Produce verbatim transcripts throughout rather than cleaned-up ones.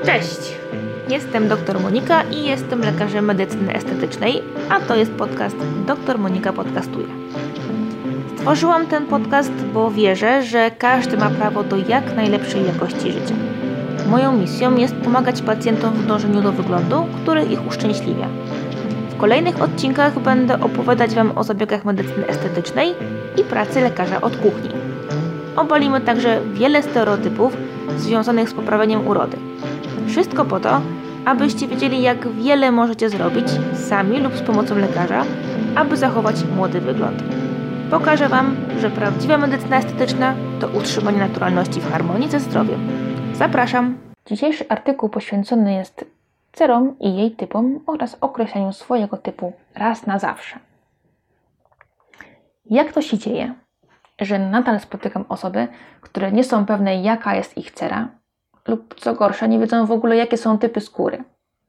Cześć! Jestem dr Monika i jestem lekarzem medycyny estetycznej, a to jest podcast dr Monika Podcastuje. Stworzyłam ten podcast, bo wierzę, że każdy ma prawo do jak najlepszej jakości życia. Moją misją jest pomagać pacjentom w dążeniu do wyglądu, który ich uszczęśliwia. W kolejnych odcinkach będę opowiadać Wam o zabiegach medycyny estetycznej i pracy lekarza od kuchni. Obalimy także wiele stereotypów związanych z poprawieniem urody. Wszystko po to, abyście wiedzieli, jak wiele możecie zrobić sami lub z pomocą lekarza, aby zachować młody wygląd. Pokażę Wam, że prawdziwa medycyna estetyczna to utrzymanie naturalności w harmonii ze zdrowiem. Zapraszam! Dzisiejszy artykuł poświęcony jest cerom i jej typom oraz określaniu swojego typu raz na zawsze. Jak to się dzieje, że nadal spotykam osoby, które nie są pewne, jaka jest ich cera, lub co gorsza, nie wiedzą w ogóle, jakie są typy skóry.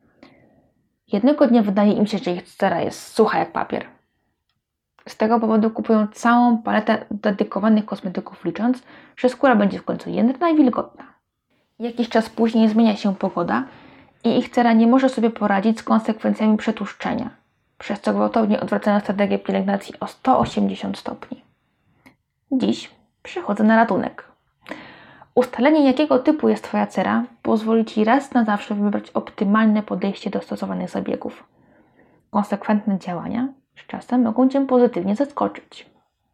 Jednego dnia wydaje im się, że ich cera jest sucha jak papier. Z tego powodu kupują całą paletę dedykowanych kosmetyków, licząc, że skóra będzie w końcu jędrna i wilgotna. Jakiś czas później zmienia się pogoda i ich cera nie może sobie poradzić z konsekwencjami przetłuszczenia, przez co gwałtownie odwracają strategię pielęgnacji o sto osiemdziesiąt stopni. Dziś przychodzę na ratunek. Ustalenie, jakiego typu jest Twoja cera, pozwoli Ci raz na zawsze wybrać optymalne podejście do stosowanych zabiegów. Konsekwentne działania z czasem mogą Cię pozytywnie zaskoczyć.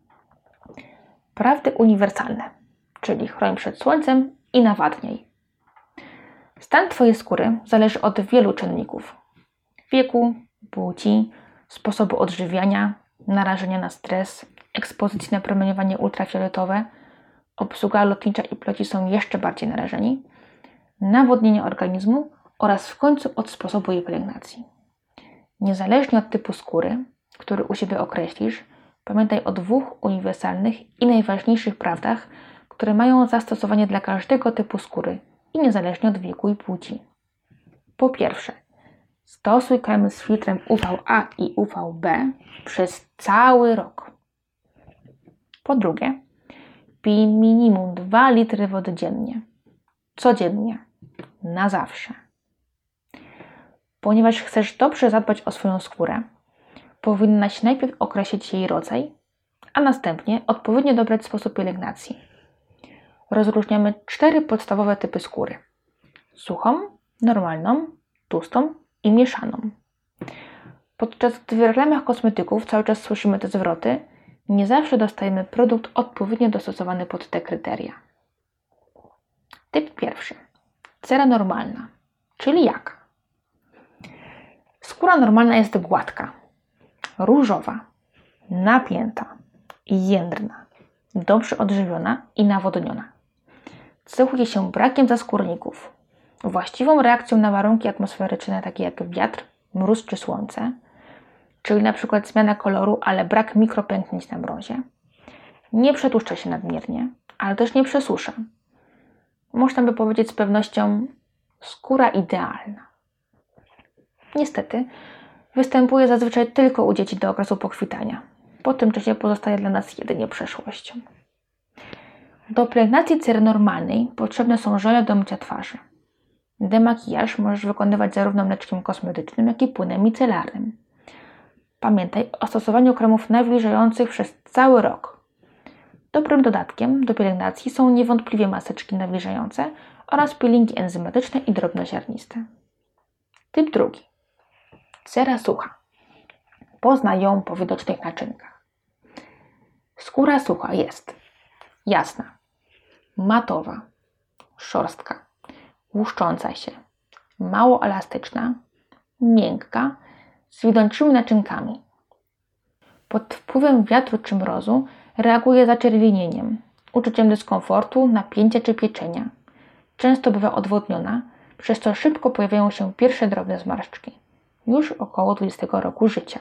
Prawdy uniwersalne, czyli chroń przed słońcem i nawadniaj. Stan Twojej skóry zależy od wielu czynników: wieku, płci, sposobu odżywiania, narażenia na stres, ekspozycji na promieniowanie ultrafioletowe, obsługa lotnicza i ploci są jeszcze bardziej narażeni, nawodnienie organizmu oraz w końcu od sposobu jej pielęgnacji. Niezależnie od typu skóry, który u siebie określisz, pamiętaj o dwóch uniwersalnych i najważniejszych prawdach, które mają zastosowanie dla każdego typu skóry i niezależnie od wieku i płci. Po pierwsze, stosuj kremy z filtrem U V A i U V B przez cały rok. Po drugie, pij minimum dwa litry wody dziennie. Codziennie. Na zawsze. Ponieważ chcesz dobrze zadbać o swoją skórę, powinnaś najpierw określić jej rodzaj, a następnie odpowiednio dobrać sposób pielęgnacji. Rozróżniamy cztery podstawowe typy skóry: suchą, normalną, tłustą i mieszaną. Podczas gdy w reklamach kosmetyków cały czas słyszymy te zwroty, nie zawsze dostajemy produkt odpowiednio dostosowany pod te kryteria. Typ pierwszy. Cera normalna. Czyli jak? Skóra normalna jest gładka, różowa, napięta, jędrna, dobrze odżywiona i nawodniona. Cechuje się brakiem zaskórników, właściwą reakcją na warunki atmosferyczne takie jak wiatr, mróz czy słońce, czyli na przykład zmiana koloru, ale brak mikropęknięć na mrozie. Nie przetłuszcza się nadmiernie, ale też nie przesusza. Można by powiedzieć z pewnością skóra idealna. Niestety, występuje zazwyczaj tylko u dzieci do okresu pokwitania. Po tym czasie pozostaje dla nas jedynie przeszłością. Do pielęgnacji cery normalnej potrzebne są żele do mycia twarzy. Demakijaż możesz wykonywać zarówno mleczkiem kosmetycznym, jak i płynem micelarnym. Pamiętaj o stosowaniu kremów nawilżających przez cały rok. Dobrym dodatkiem do pielęgnacji są niewątpliwie maseczki nawilżające oraz peelingi enzymatyczne i drobnoziarniste. Typ drugi. Cera sucha. Poznaj ją po widocznych naczynkach. Skóra sucha jest jasna, matowa, szorstka, łuszcząca się, mało elastyczna, miękka, z widzącymi naczynkami. Pod wpływem wiatru czy mrozu reaguje zaczerwienieniem, uczuciem dyskomfortu, napięcia czy pieczenia. Często bywa odwodniona, przez co szybko pojawiają się pierwsze drobne zmarszczki, już około dwudziestego roku życia.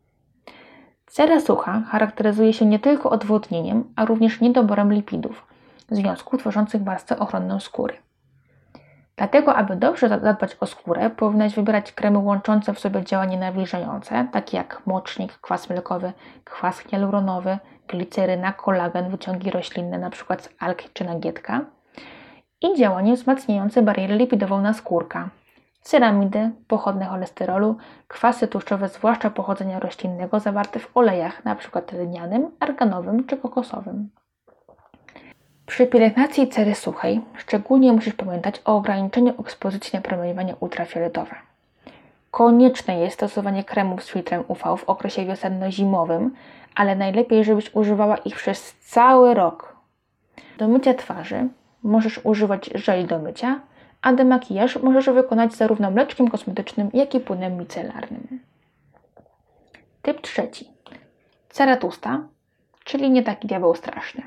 Cera sucha charakteryzuje się nie tylko odwodnieniem, a również niedoborem lipidów, związków tworzących warstwę ochronną skóry. Dlatego, aby dobrze zadbać o skórę, powinnaś wybierać kremy łączące w sobie działanie nawilżające, takie jak mocznik, kwas mlekowy, kwas hialuronowy, gliceryna, kolagen, wyciągi roślinne, np. z alg czy nagietka, i działanie wzmacniające barierę lipidową naskórka, ceramidy, pochodne cholesterolu, kwasy tłuszczowe zwłaszcza pochodzenia roślinnego zawarte w olejach np. lnianym, arganowym czy kokosowym. Przy pielęgnacji cery suchej szczególnie musisz pamiętać o ograniczeniu ekspozycji na promieniowanie ultrafioletowe. Konieczne jest stosowanie kremów z filtrem U V w okresie wiosenno-zimowym, ale najlepiej, żebyś używała ich przez cały rok. Do mycia twarzy możesz używać żeli do mycia, a demakijaż możesz wykonać zarówno mleczkiem kosmetycznym, jak i płynem micelarnym. Typ trzeci. Cera tłusta, czyli nie taki diabeł straszny.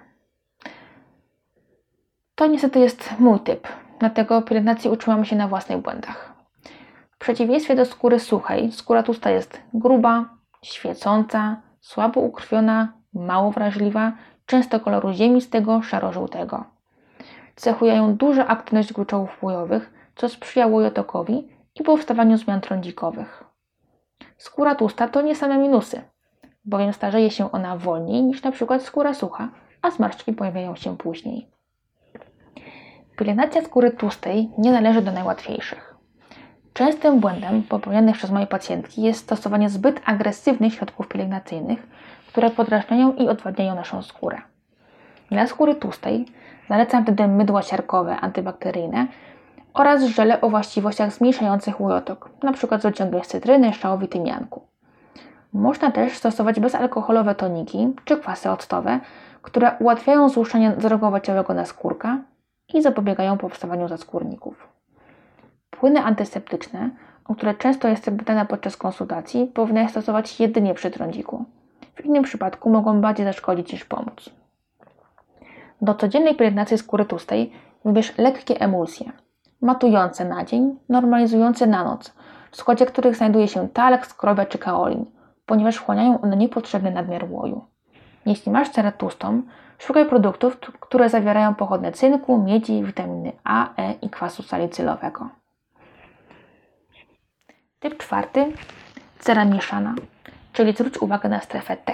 To niestety jest mój typ, dlatego pielęgnacji uczyłam się na własnych błędach. W przeciwieństwie do skóry suchej, skóra tłusta jest gruba, świecąca, słabo ukrwiona, mało wrażliwa, często koloru ziemistego, szaro-żółtego. Cechuje ją duża aktywność gruczołów łojowych, co sprzyja łojotokowi i powstawaniu zmian trądzikowych. Skóra tłusta to nie same minusy, bowiem starzeje się ona wolniej niż np. skóra sucha, a zmarszczki pojawiają się później. Pielęgnacja skóry tłustej nie należy do najłatwiejszych. Częstym błędem popełnianym przez moje pacjentki jest stosowanie zbyt agresywnych środków pielęgnacyjnych, które podrażniają i odwadniają naszą skórę. Dla skóry tłustej zalecam wtedy mydła siarkowe antybakteryjne oraz żele o właściwościach zmniejszających łojotok, np. z odciągiem z cytryny, szałwi, tymianku. Można też stosować bezalkoholowe toniki czy kwasy octowe, które ułatwiają złuszczenie zrogowo-ciałego naskórka i zapobiegają powstawaniu zaskórników. Płyny antyseptyczne, o które często jestem pytana podczas konsultacji, powinna stosować jedynie przy trądziku. W innym przypadku mogą bardziej zaszkodzić niż pomóc. Do codziennej pielęgnacji skóry tłustej wybierz lekkie emulsje, matujące na dzień, normalizujące na noc, w składzie których znajduje się talk, skrobia czy kaolin, ponieważ wchłaniają one niepotrzebny nadmiar łoju. Jeśli masz cerę tłustą, szukaj produktów, które zawierają pochodne cynku, miedzi, witaminy A, E i kwasu salicylowego. Typ czwarty. Cera mieszana, czyli zwróć uwagę na strefę T.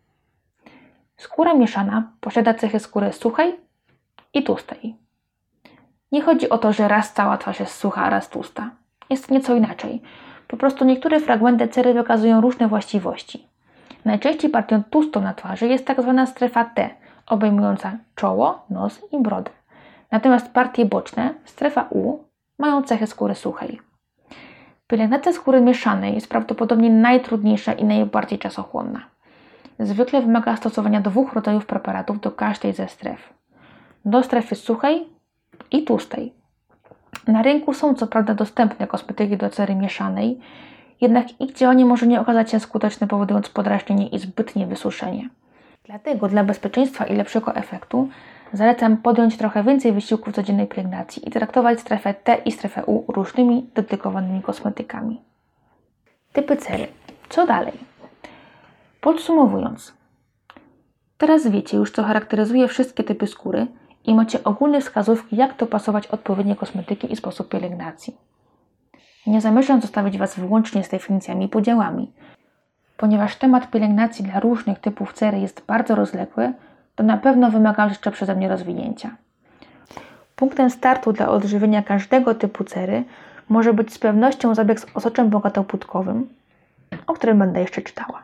Skóra mieszana posiada cechy skóry suchej i tłustej. Nie chodzi o to, że raz cała twarz jest sucha, a raz tłusta. Jest nieco inaczej. Po prostu niektóre fragmenty cery wykazują różne właściwości. Najczęściej partią tłustą na twarzy jest tak zwana strefa T, obejmująca czoło, nos i brodę. Natomiast partie boczne, strefa U, mają cechy skóry suchej. Pielęgnacja skóry mieszanej jest prawdopodobnie najtrudniejsza i najbardziej czasochłonna. Zwykle wymaga stosowania dwóch rodzajów preparatów do każdej ze stref. Do strefy suchej i tłustej. Na rynku są co prawda dostępne kosmetyki do cery mieszanej, jednak ich działanie może nie okazać się skuteczne, powodując podrażnienie i zbytnie wysuszenie. Dlatego dla bezpieczeństwa i lepszego efektu zalecam podjąć trochę więcej wysiłków codziennej pielęgnacji i traktować strefę T i strefę U różnymi dedykowanymi kosmetykami. Typy cery. Co dalej? Podsumowując, teraz wiecie już, co charakteryzuje wszystkie typy skóry i macie ogólne wskazówki, jak dopasować odpowiednie kosmetyki i sposób pielęgnacji. Nie zamierzam zostawić Was wyłącznie z definicjami i podziałami. Ponieważ temat pielęgnacji dla różnych typów cery jest bardzo rozległy, to na pewno wymaga jeszcze przeze mnie rozwinięcia. Punktem startu dla odżywienia każdego typu cery może być z pewnością zabieg z osoczem bogatopłutkowym, o którym będę jeszcze czytała.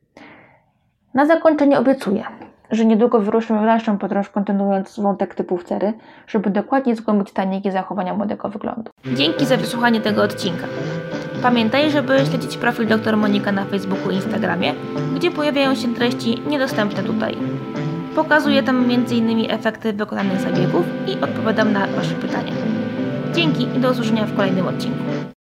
Na zakończenie obiecuję, że niedługo wyruszymy w dalszą podróż, kontynuując wątek typów cery, żeby dokładnie zgłębić tajniki zachowania młodego wyglądu. Dzięki za wysłuchanie tego odcinka. Pamiętaj, żeby śledzić profil dr Monika na Facebooku i Instagramie, gdzie pojawiają się treści niedostępne tutaj. Pokazuję tam między innymi efekty wykonanych zabiegów i odpowiadam na Wasze pytania. Dzięki i do usłyszenia w kolejnym odcinku.